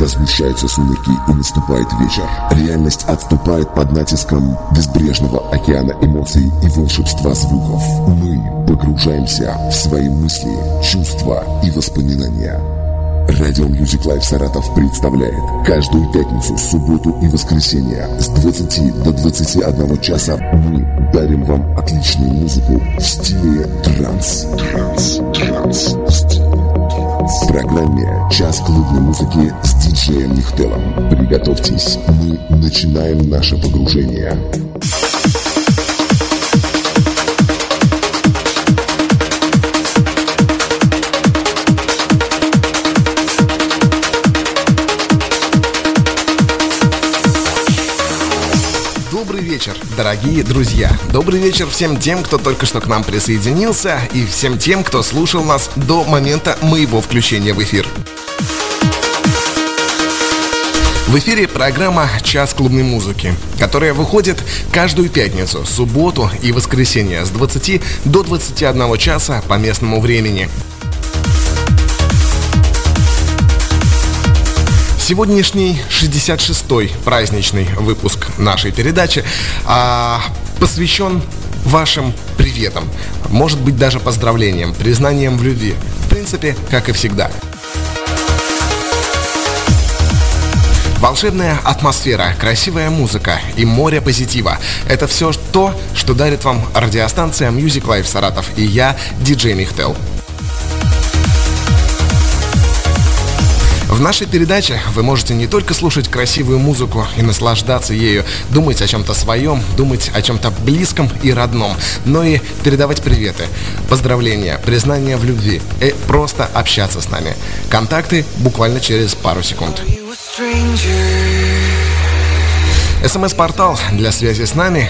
Когда сгущаются сумерки и наступает вечер, реальность отступает под натиском безбрежного океана эмоций и волшебства звуков. Мы погружаемся в свои мысли, чувства и воспоминания. Радио Music Live Саратов представляет каждую пятницу, субботу и воскресенье с 20 до 21 часа мы дарим вам отличную музыку в стиле транс. В программе «Час клубной музыки» с диджеем Нихтелом. Приготовьтесь, мы начинаем наше погружение. Добрый вечер, дорогие друзья. Добрый вечер всем тем, кто только что к нам присоединился, и всем тем, кто слушал нас до момента моего включения в эфир. В эфире программа «Час клубной музыки», которая выходит каждую пятницу, субботу и воскресенье с 20 до 21 часа по местному времени. Сегодняшний 66-й праздничный выпуск нашей передачи посвящен вашим приветам, может быть даже поздравлениям, признаниям в любви. В принципе, как и всегда. Волшебная атмосфера, красивая музыка и море позитива – это все то, что дарит вам радиостанция Music Live Саратов и я, диджей Нихтел. В нашей передаче вы можете не только слушать красивую музыку и наслаждаться ею, думать о чем-то своем, думать о чем-то близком и родном, но и передавать приветы, поздравления, признания в любви и просто общаться с нами. Контакты буквально через пару секунд. СМС-портал для связи с нами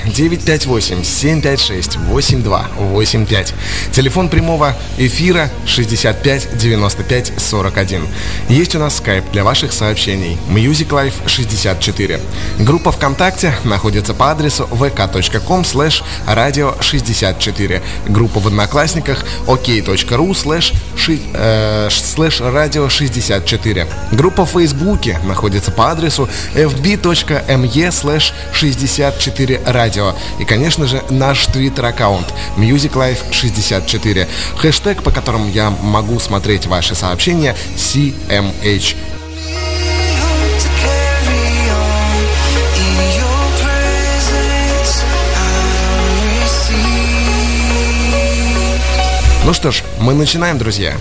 958-756-8285. Телефон прямого эфира 65 95 41. Есть у нас скайп для ваших сообщений Music Live 64. Группа ВКонтакте находится по адресу vk.com/radio64. Группа в Одноклассниках ok.ru/radio64. Группа в Фейсбуке находится по адресу fb.me/64 радио. И, конечно же, наш твиттер-аккаунт Music Live 64. Хэштег, по которому я могу смотреть ваши сообщения, CMH. Ну что ж, мы начинаем, друзья.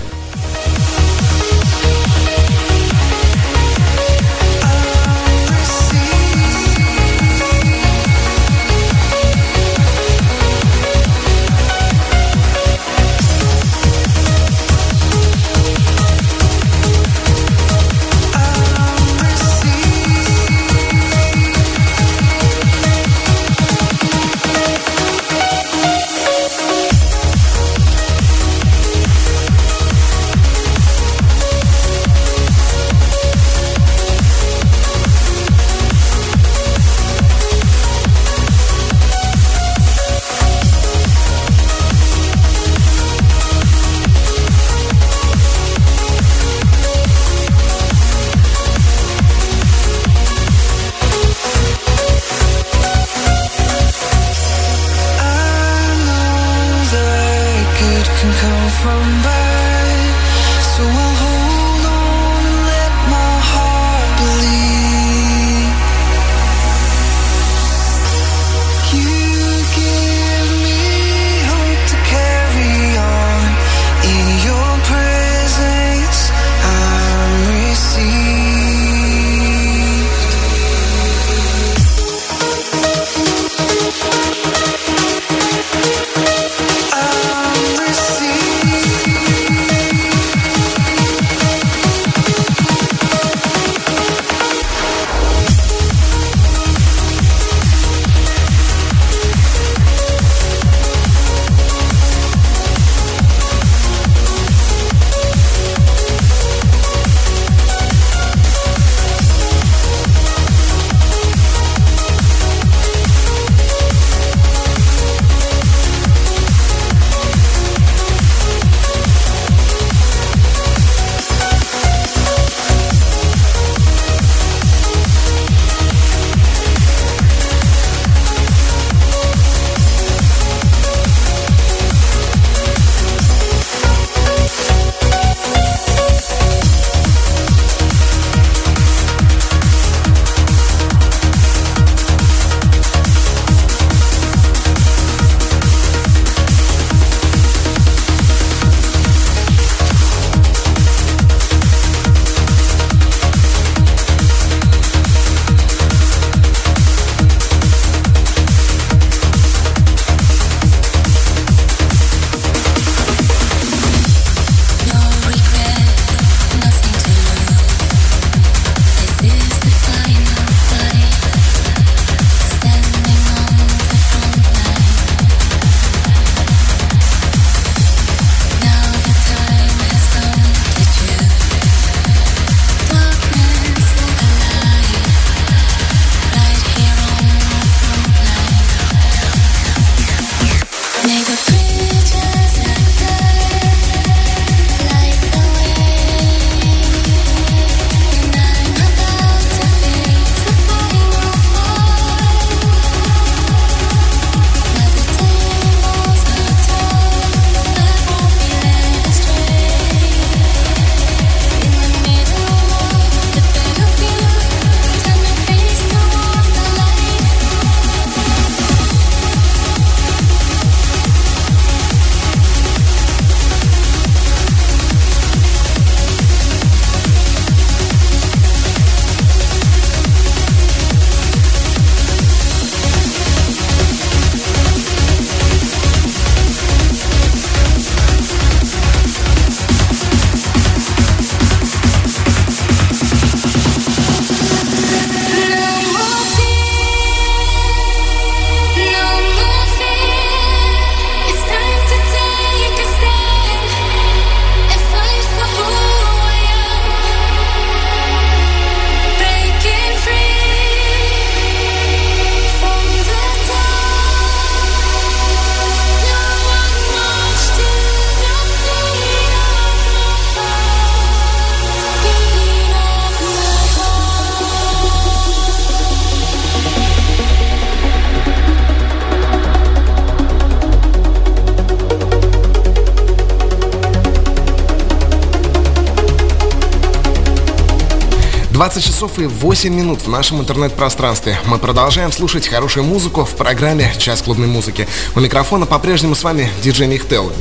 20 часов и 8 минут в нашем интернет-пространстве. Мы продолжаем слушать хорошую музыку в программе «Час клубной музыки». У микрофона по-прежнему с вами диджей Михтел.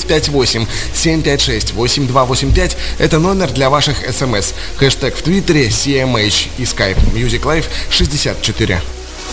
958-756-8285 – это номер для ваших смс. Хэштег в Твиттере CMH и Skype Music Live 64.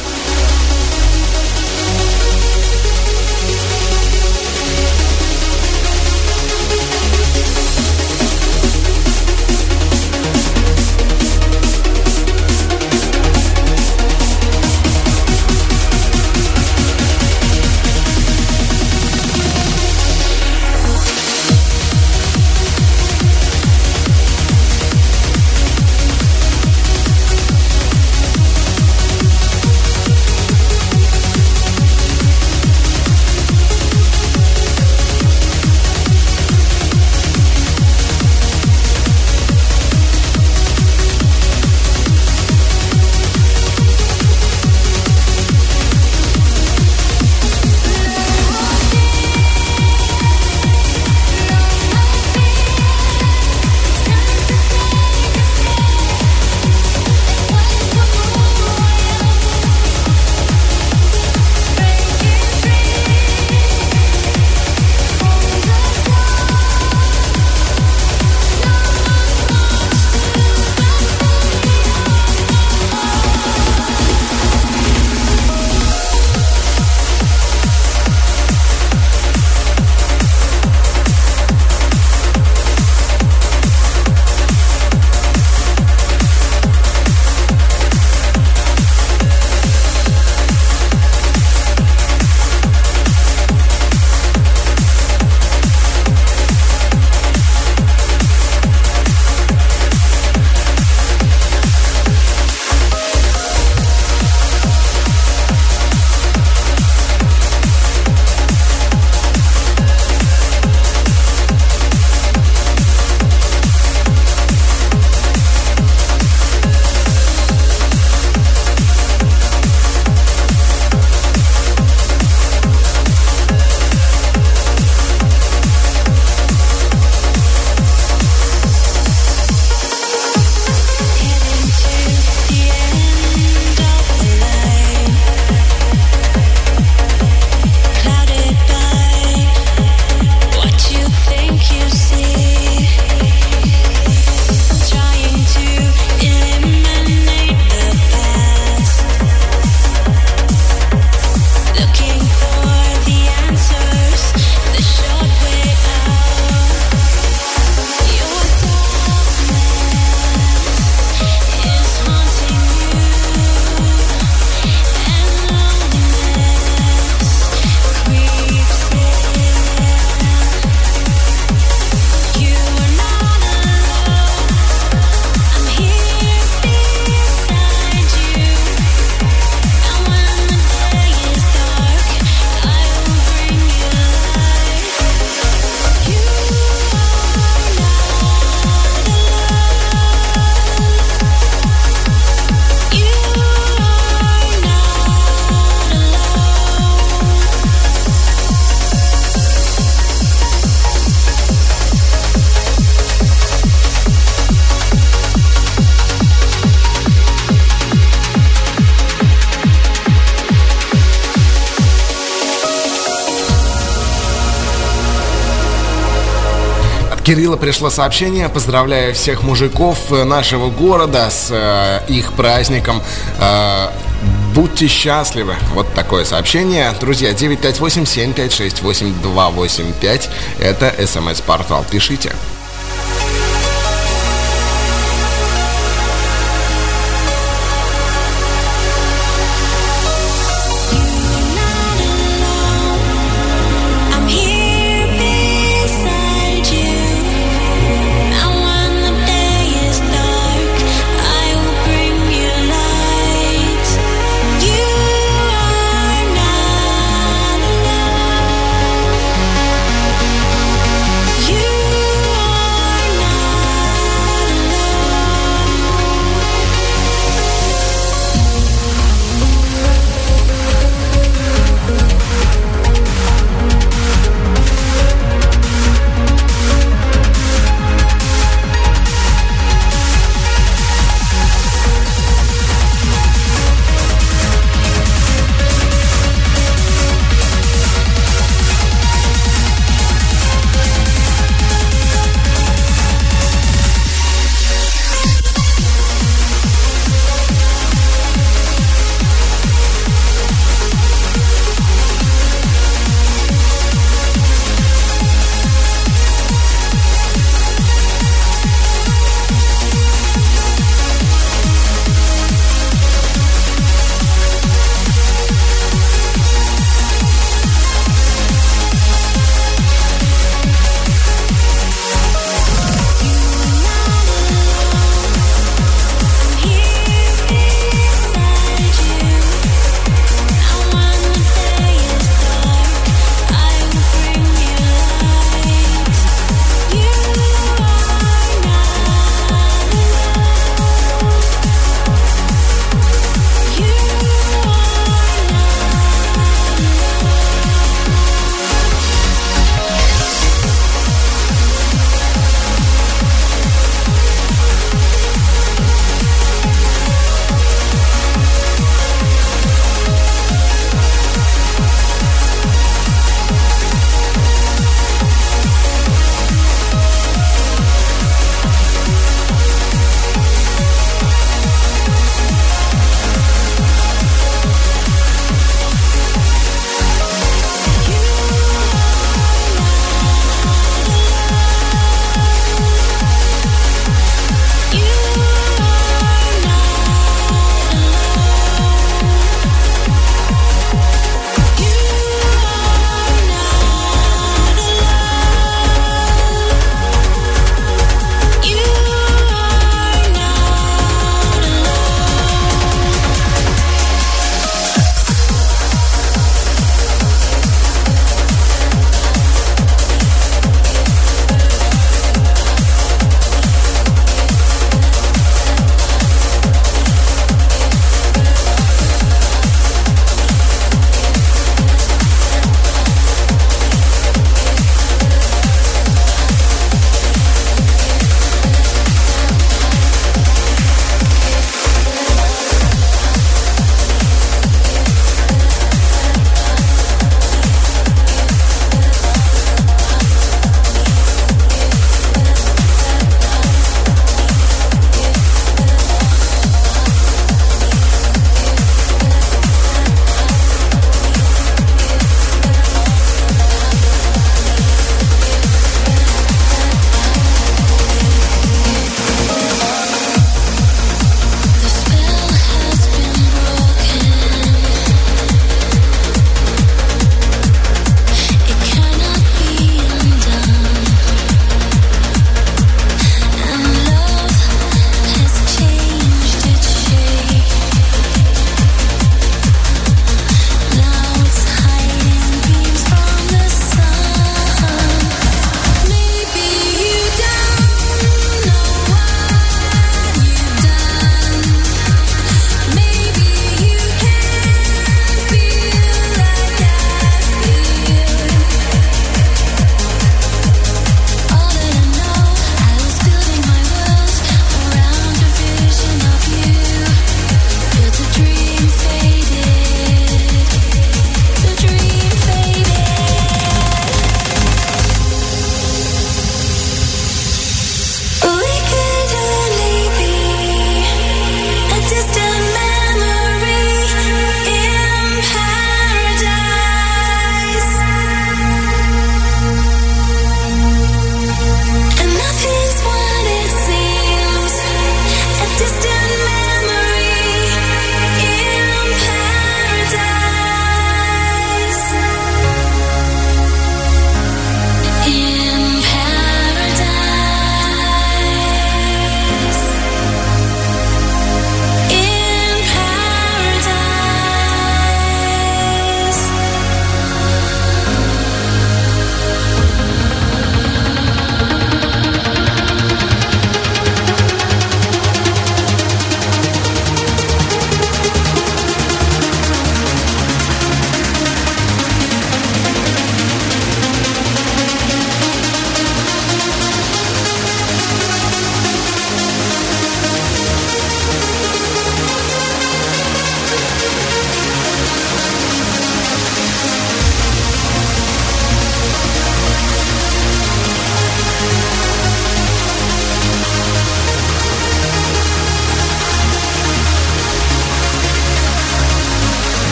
Кирилла пришло сообщение. Поздравляю всех мужиков нашего города с их праздником. Будьте счастливы. Вот такое сообщение. Друзья, 958-756-8285. Это СМС-портал. Пишите. You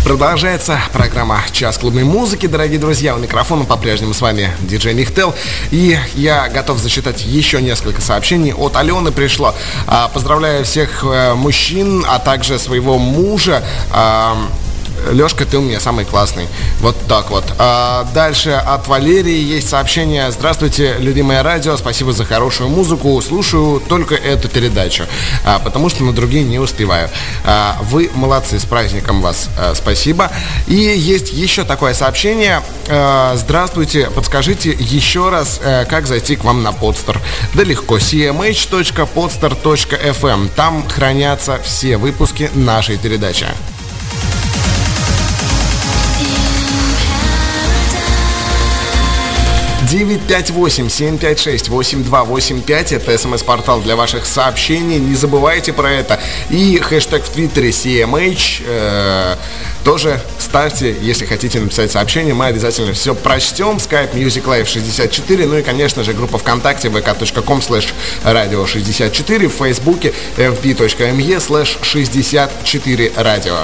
Продолжается программа «Час клубной музыки», дорогие друзья. У микрофона по-прежнему с вами диджей Нихтел. И я готов зачитать еще несколько сообщений. От Алены пришло. Поздравляю всех мужчин, а также своего мужа. Лешка, ты у меня самый классный. Вот так вот. Дальше от Валерии есть сообщение. Здравствуйте, любимое радио. Спасибо за хорошую музыку. Слушаю только эту передачу, потому что на другие не успеваю. Вы молодцы, с праздником вас. Спасибо. И есть еще такое сообщение. Здравствуйте, подскажите еще раз, как зайти к вам на Podster. Да легко. cmh.podster.fm. Там хранятся все выпуски нашей передачи. 958-756-8285. Это смс-портал для ваших сообщений. Не забывайте про это. И хэштег в Твиттере CMH тоже ставьте, если хотите написать сообщение. Мы обязательно все прочтем. Skype Music Live 64. Ну и, конечно же, группа ВКонтакте vk.com/radio64. В Фейсбуке fb.me/64radio.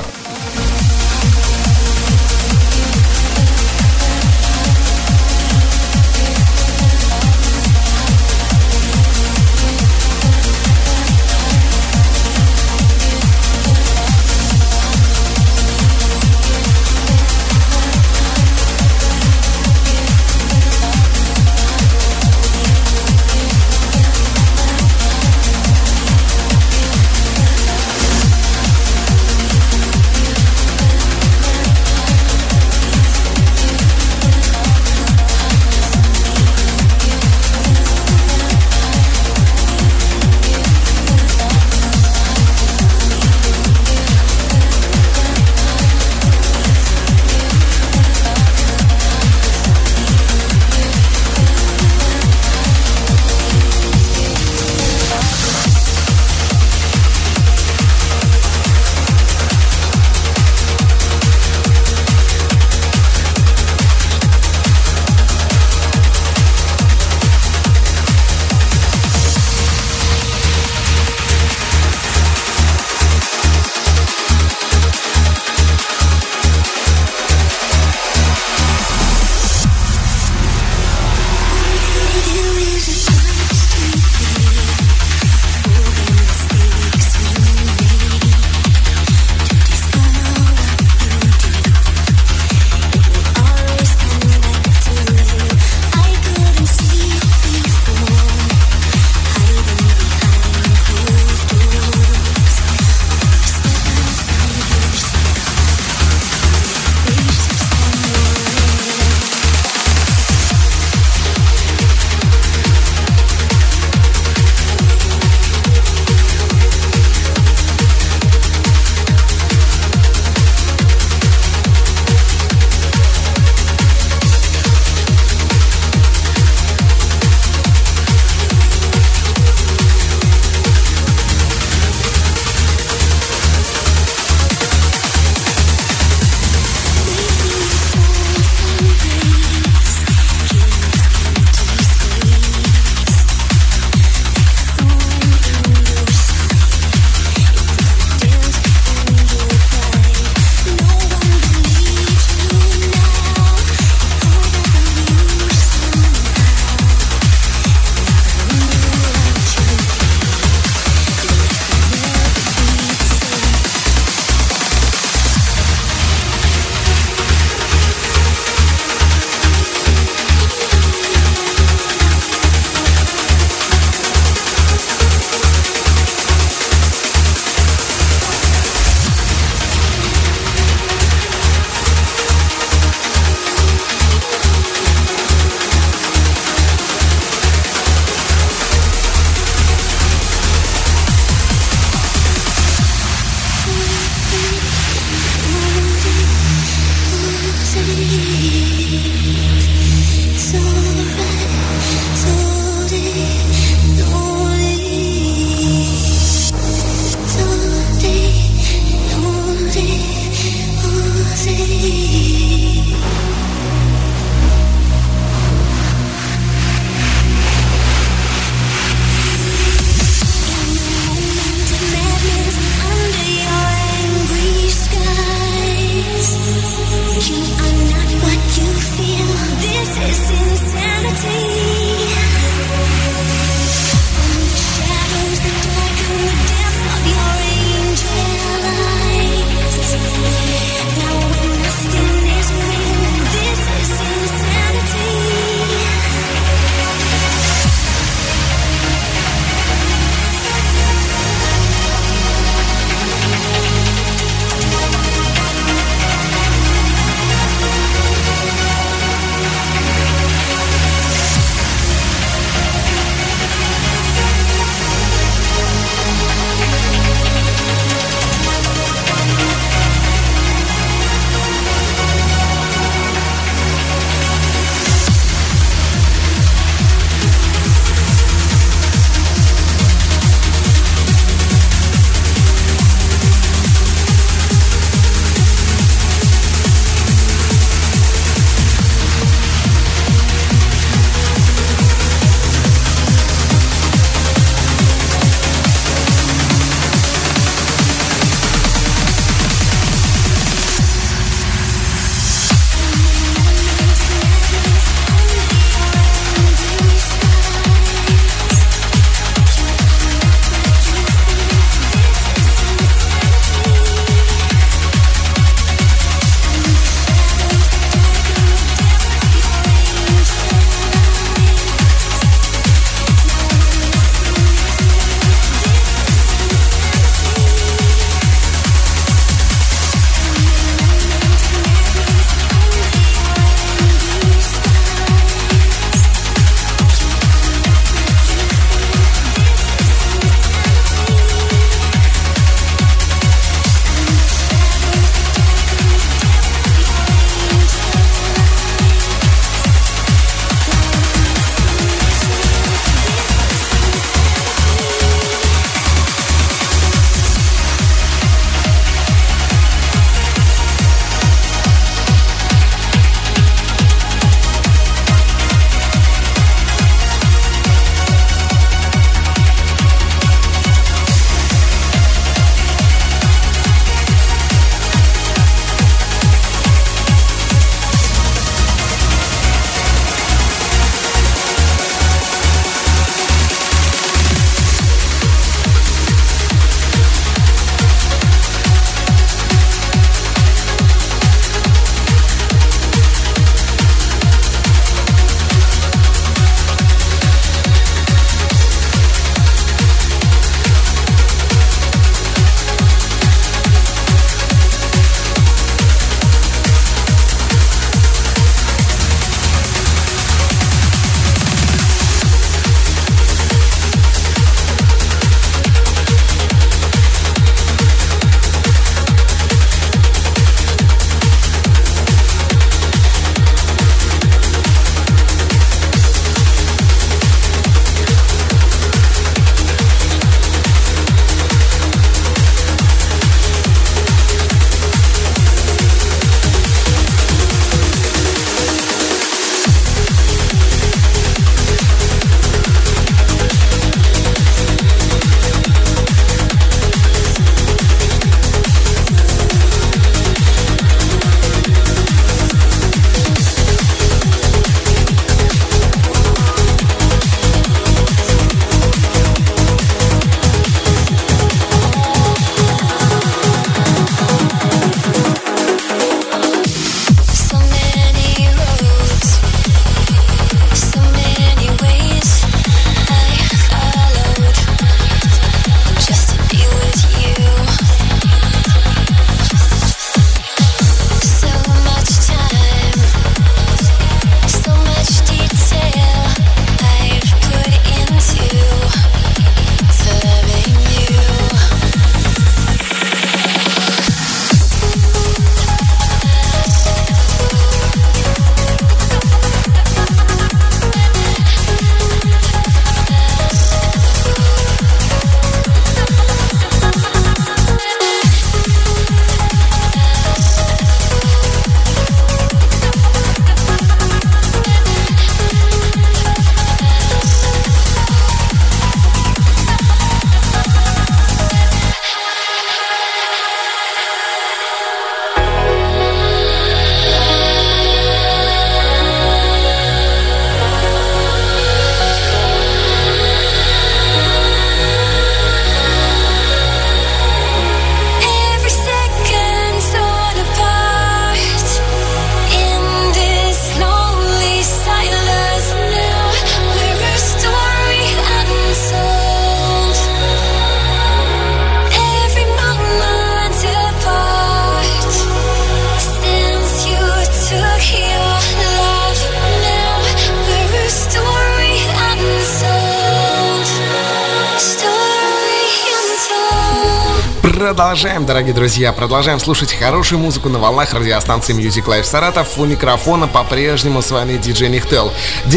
Продолжаем, дорогие друзья, продолжаем слушать хорошую музыку на волнах радиостанции Music Life Саратов. У микрофона по-прежнему с вами диджей Михтел.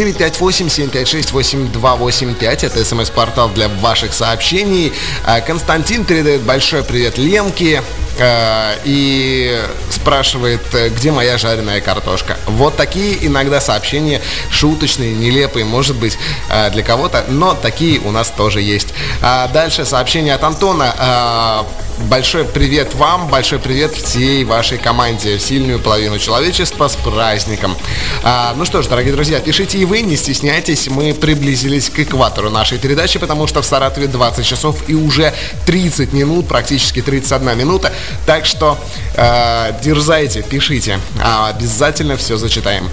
958-756-8285. Это смс-портал для ваших сообщений. Константин передает большой привет Ленке и спрашивает, где моя жареная картошка. Вот такие иногда сообщения шуточные, нелепые, может быть, для кого-то, но такие у нас тоже есть. Дальше сообщение от Антона. Большой привет вам, большой привет всей вашей команде, сильную половину человечества с праздником. Ну что ж, дорогие друзья, пишите и вы, не стесняйтесь, мы приблизились к экватору нашей передачи, потому что в Саратове 20 часов и уже 30 минут, практически 31 минута, так что дерзайте, пишите, обязательно все зачитаем.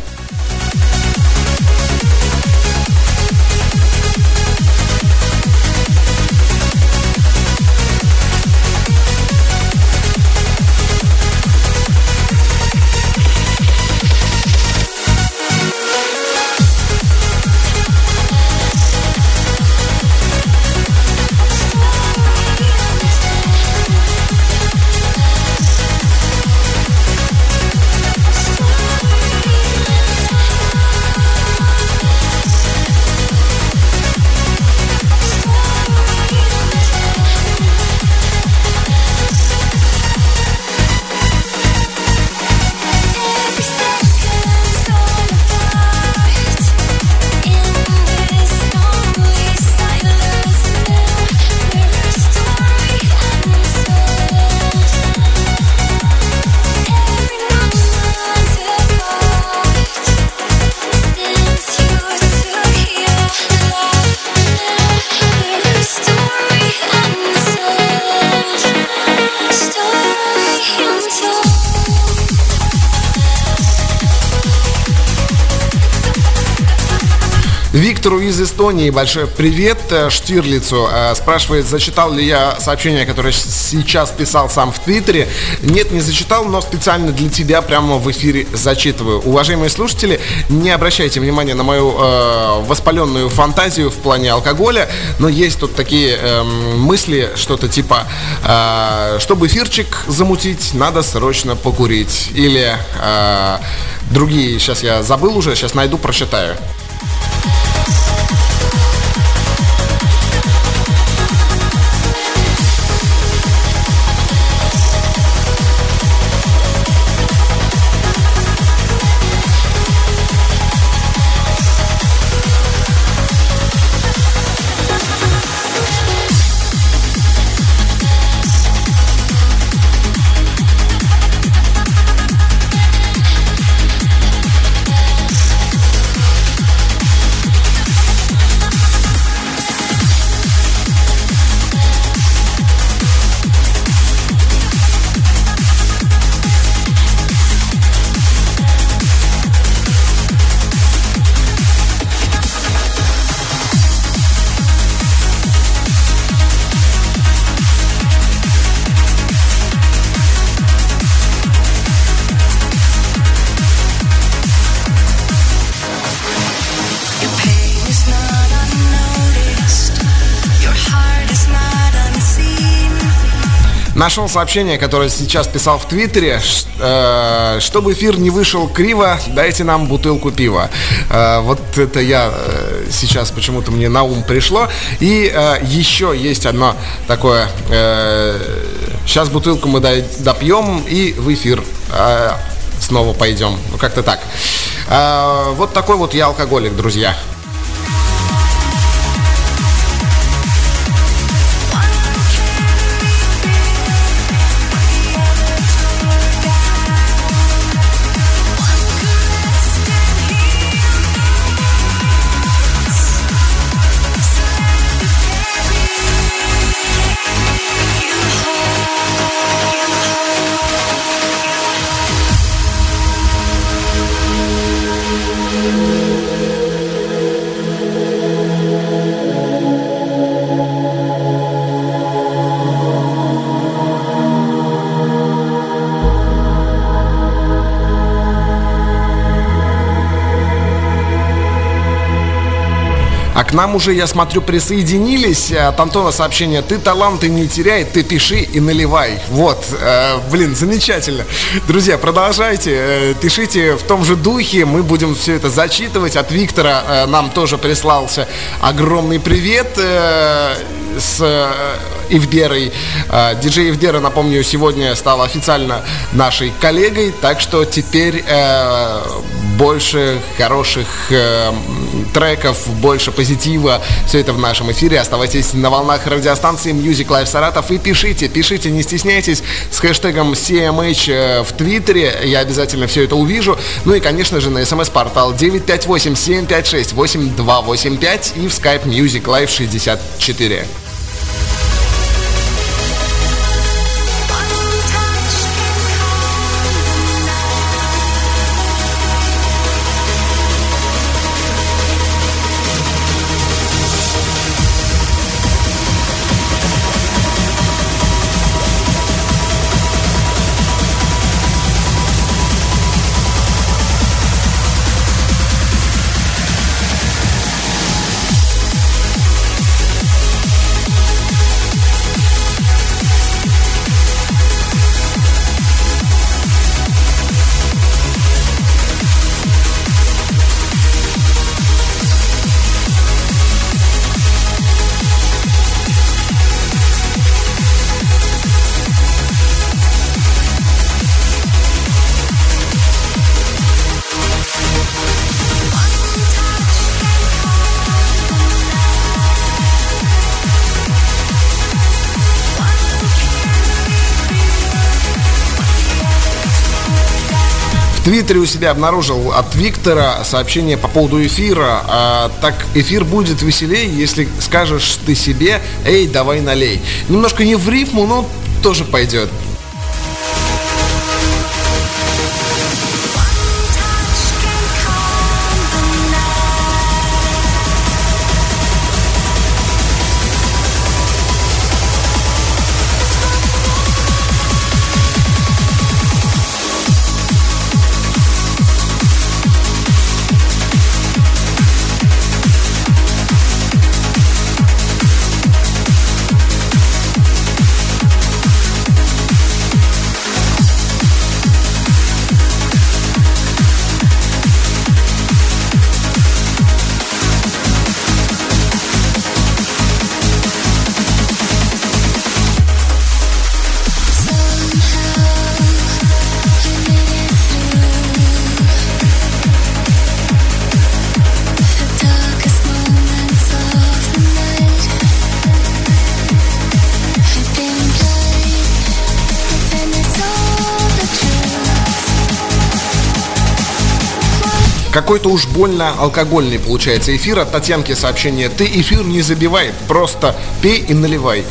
Виктору из Эстонии большой привет, Штирлицу. Спрашивает, зачитал ли я сообщение, которое сейчас писал сам в Твиттере. Нет, не зачитал, но специально для тебя прямо в эфире зачитываю. Уважаемые слушатели, не обращайте внимания на мою воспаленную фантазию в плане алкоголя, но есть тут такие мысли, что-то типа, чтобы эфирчик замутить, надо срочно покурить. Или другие, сейчас я забыл уже, сейчас найду, прочитаю. Нашел сообщение, которое сейчас писал в Твиттере. Чтобы эфир не вышел криво, дайте нам бутылку пива. Вот это я сейчас почему-то мне на ум пришло. И еще есть одно такое. Сейчас бутылку мы допьем и в эфир снова пойдем. Ну, как-то так. Вот такой вот я алкоголик, друзья. А к нам уже, я смотрю, присоединились. От Антона сообщение: ты таланты не теряй, ты пиши и наливай. Вот, блин, замечательно. Друзья, продолжайте, пишите в том же духе. Мы будем все это зачитывать. От Виктора нам тоже прислался огромный привет с Евдерой. Диджей Евдера, напомню, сегодня стала официально нашей коллегой, так что теперь больше хороших треков, больше позитива, все это в нашем эфире. Оставайтесь на волнах радиостанции Music Live Саратов и пишите, не стесняйтесь, с хэштегом CMH в Твиттере, я обязательно все это увижу. Ну и, конечно же, на смс-портал 958-756-8285 и в Skype Music Live 64. В Твиттере у себя обнаружил от Виктора сообщение по поводу эфира. Так, эфир будет веселее, если скажешь ты себе: эй, давай налей. Немножко не в рифму, но тоже пойдет. Какой-то уж больно алкогольный получается эфир. От Татьянки сообщение: ты эфир не забивай, просто пей и наливай.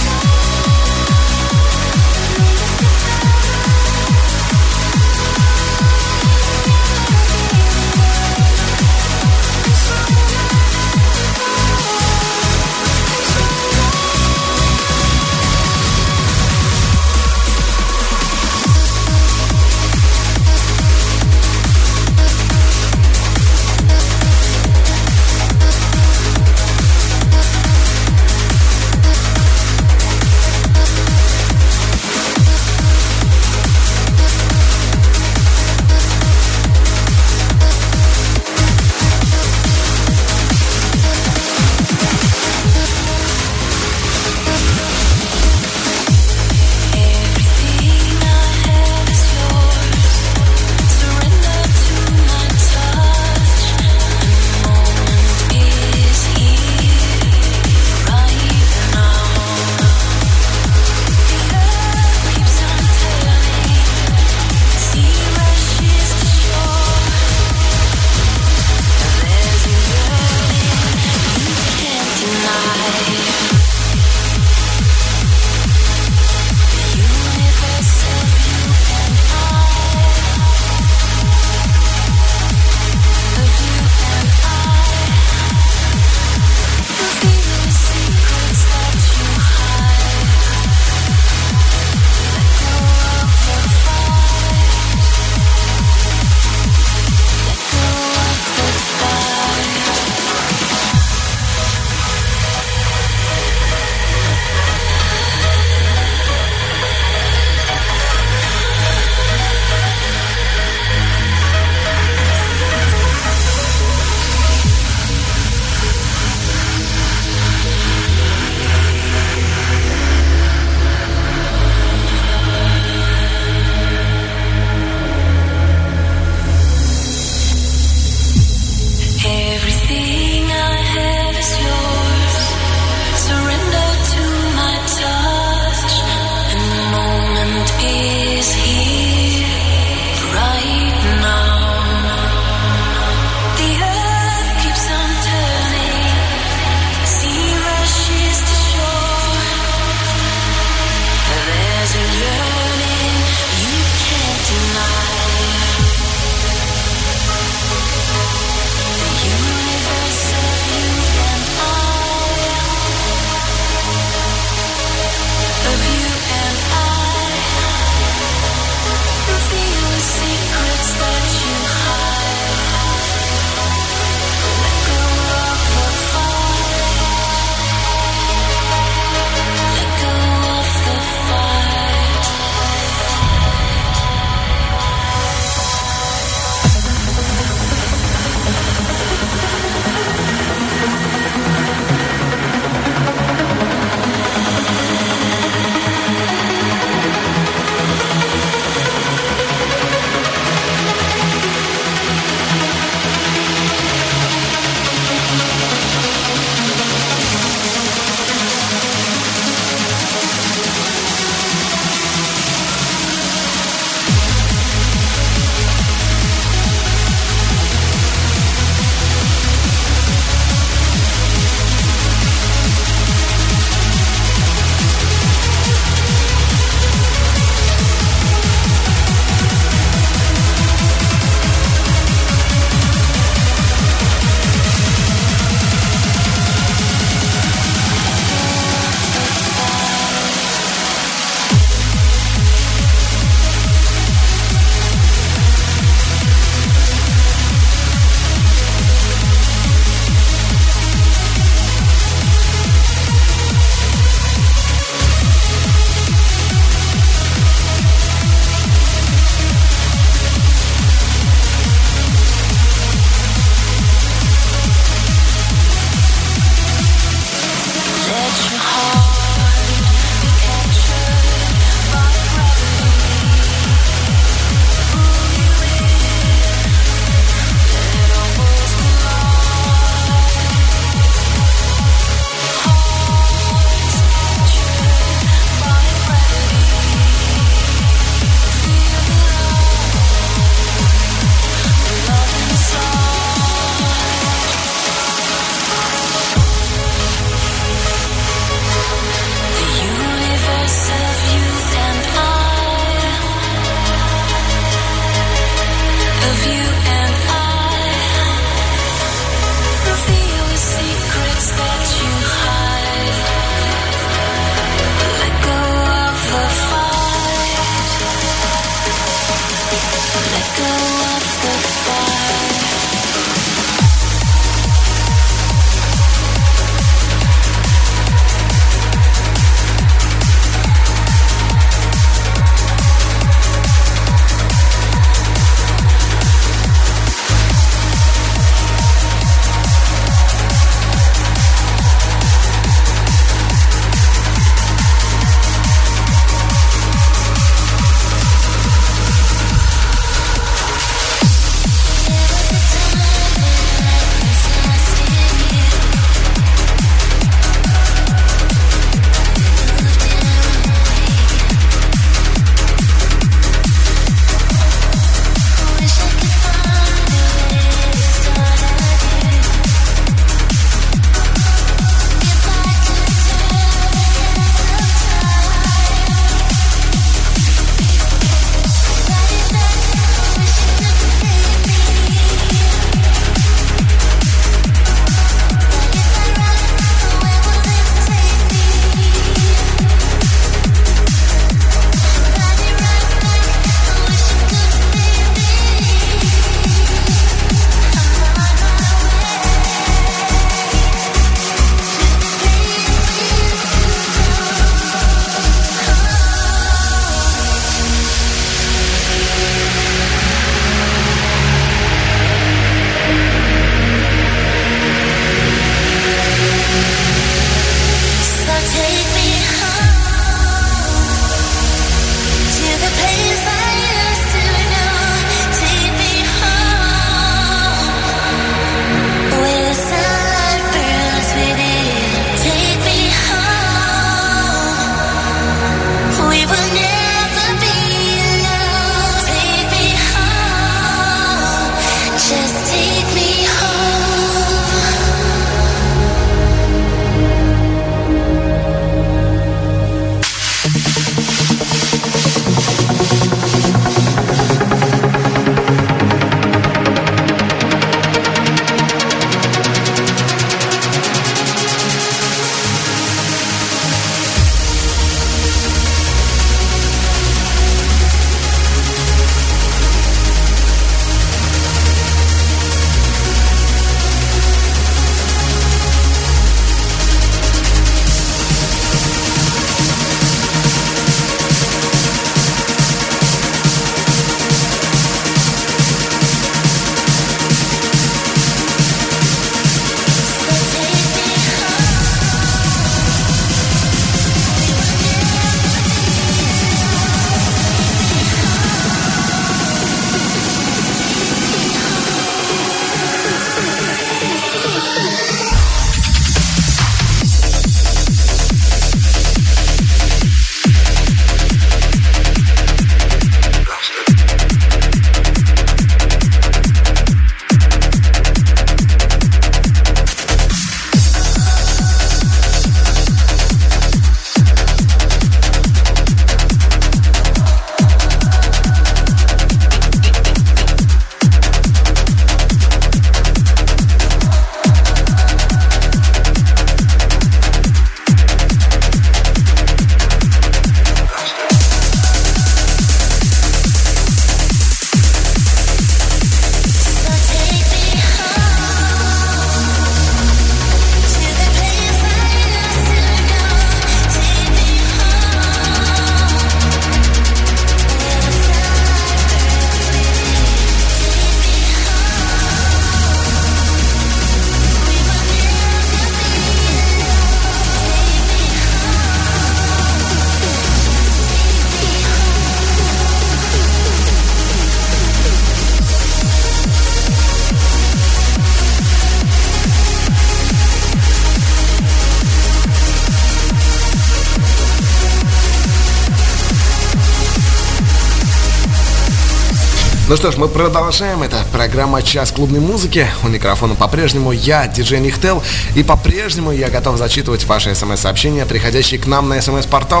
Ну что ж, мы продолжаем. Это программа «Час клубной музыки». У микрофона по-прежнему я, диджей Нихтел. И по-прежнему я готов зачитывать ваши смс-сообщения, приходящие к нам на смс-портал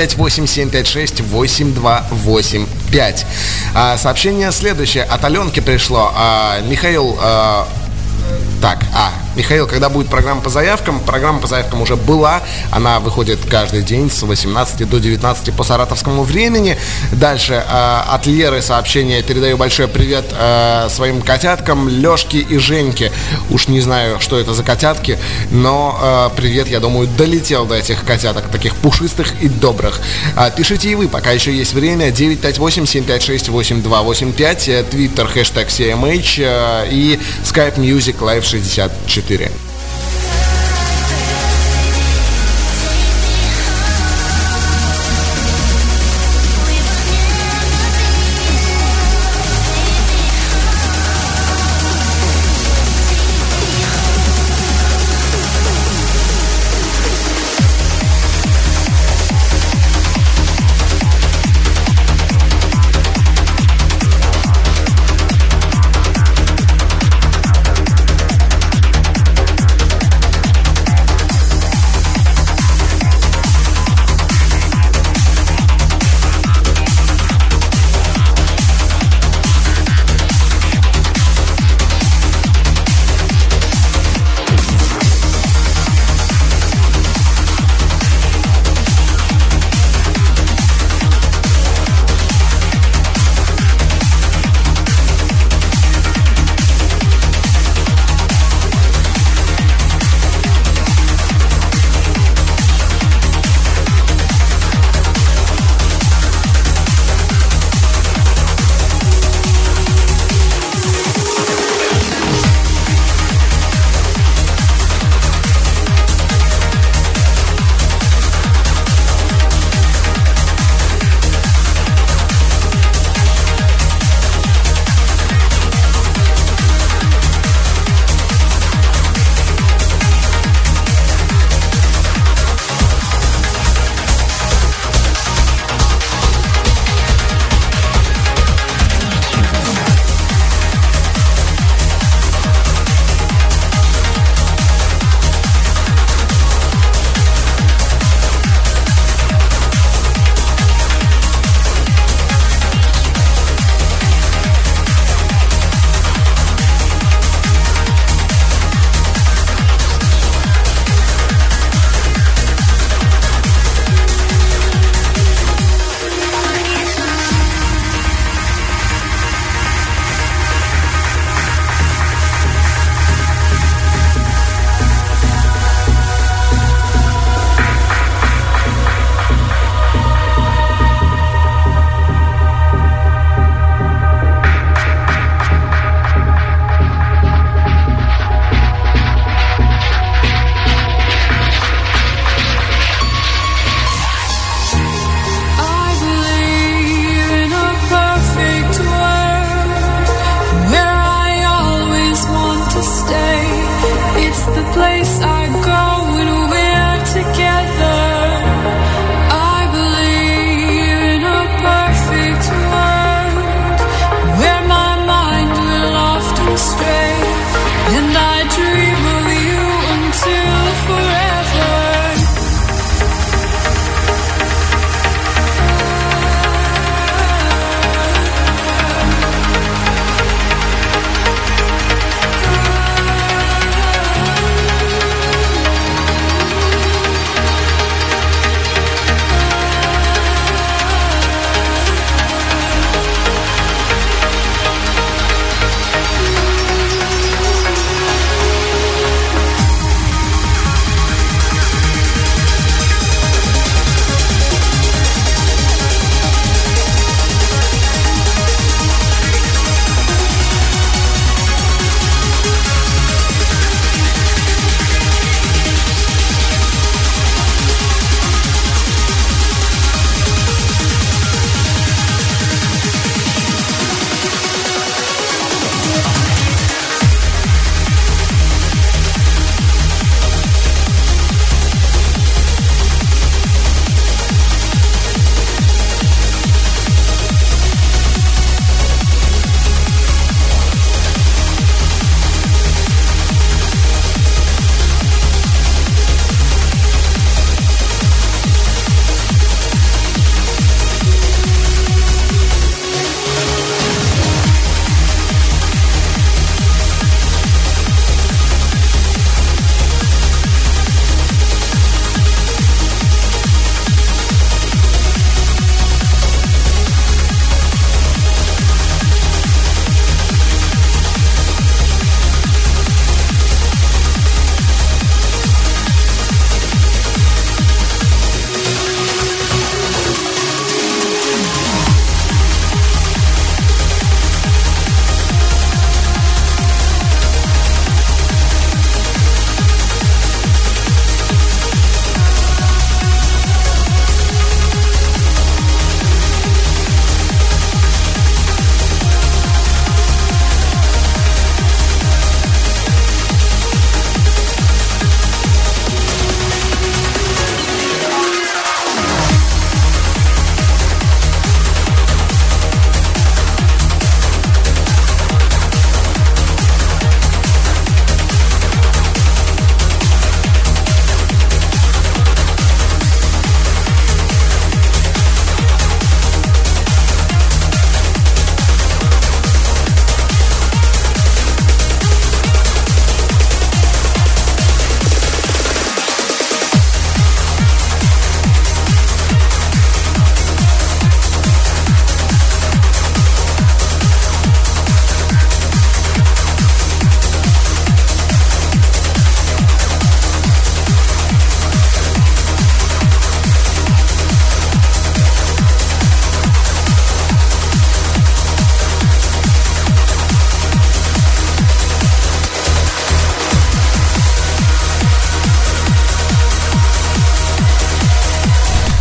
958-756-8285. Сообщение следующее. От Аленки пришло. Михаил... Михаил, когда будет программа по заявкам? Программа по заявкам уже была. Она выходит каждый день с 18 до 19 по саратовскому времени. Дальше от Леры сообщение. Передаю большой привет своим котяткам Лешке и Женьке. Уж не знаю, что это за котятки, но привет, я думаю, долетел до этих котяток, таких пушистых и добрых. Пишите и вы, пока еще есть время. 958-756-8285, Твиттер, хэштег CMH и Skype Music Live 64.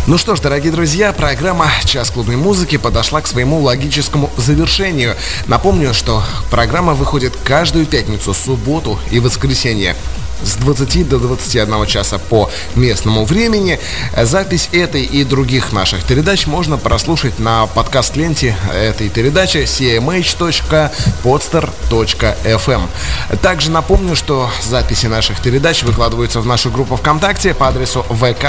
Ну что ж, дорогие друзья, программа «Час клубной музыки» подошла к своему логическому завершению. Напомню, что программа выходит каждую пятницу, субботу и воскресенье с 20 до 21 часа по местному времени. Запись этой и других наших передач можно прослушать на подкаст-ленте этой передачи cmh.podster.fm. Также напомню, что записи наших передач выкладываются в нашу группу ВКонтакте по адресу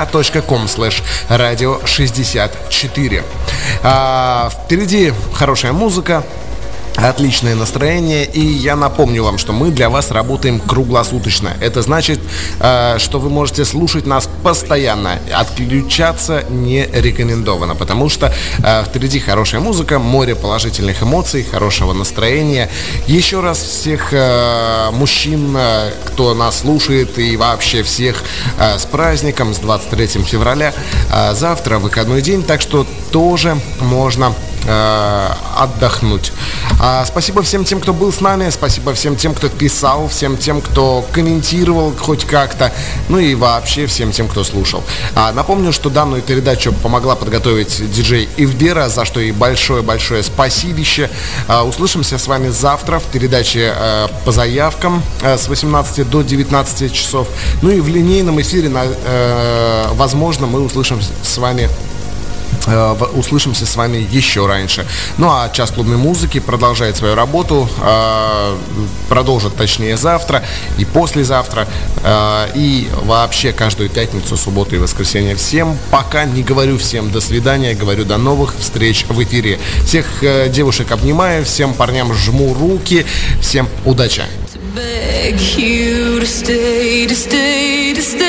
vk.com/radio64. Впереди хорошая музыка, отличное настроение, и я напомню вам, что мы для вас работаем круглосуточно. Это значит, что вы можете слушать нас постоянно. Отключаться не рекомендовано, потому что впереди хорошая музыка, море положительных эмоций, хорошего настроения. Еще раз всех мужчин, кто нас слушает, и вообще всех с праздником, с 23 февраля. Завтра выходной день, так что тоже можно отдохнуть. Спасибо всем тем, кто был с нами. Спасибо всем тем, кто писал, всем тем, кто комментировал хоть как-то. Ну и вообще всем тем, кто слушал. Напомню, что данную передачу помогла подготовить диджей Ивбера, за что и большое-большое спасибище. Услышимся с вами завтра в передаче по заявкам с 18 до 19 часов. Ну и в линейном эфире, возможно, мы услышимся с вами еще раньше. Ну а час клубной музыки продолжает свою работу, продолжит, точнее, завтра и послезавтра, и вообще каждую пятницу, субботу и воскресенье. Всем пока, не говорю всем до свидания, говорю до новых встреч в эфире. Всех девушек обнимаю, всем парням жму руки, всем удачи.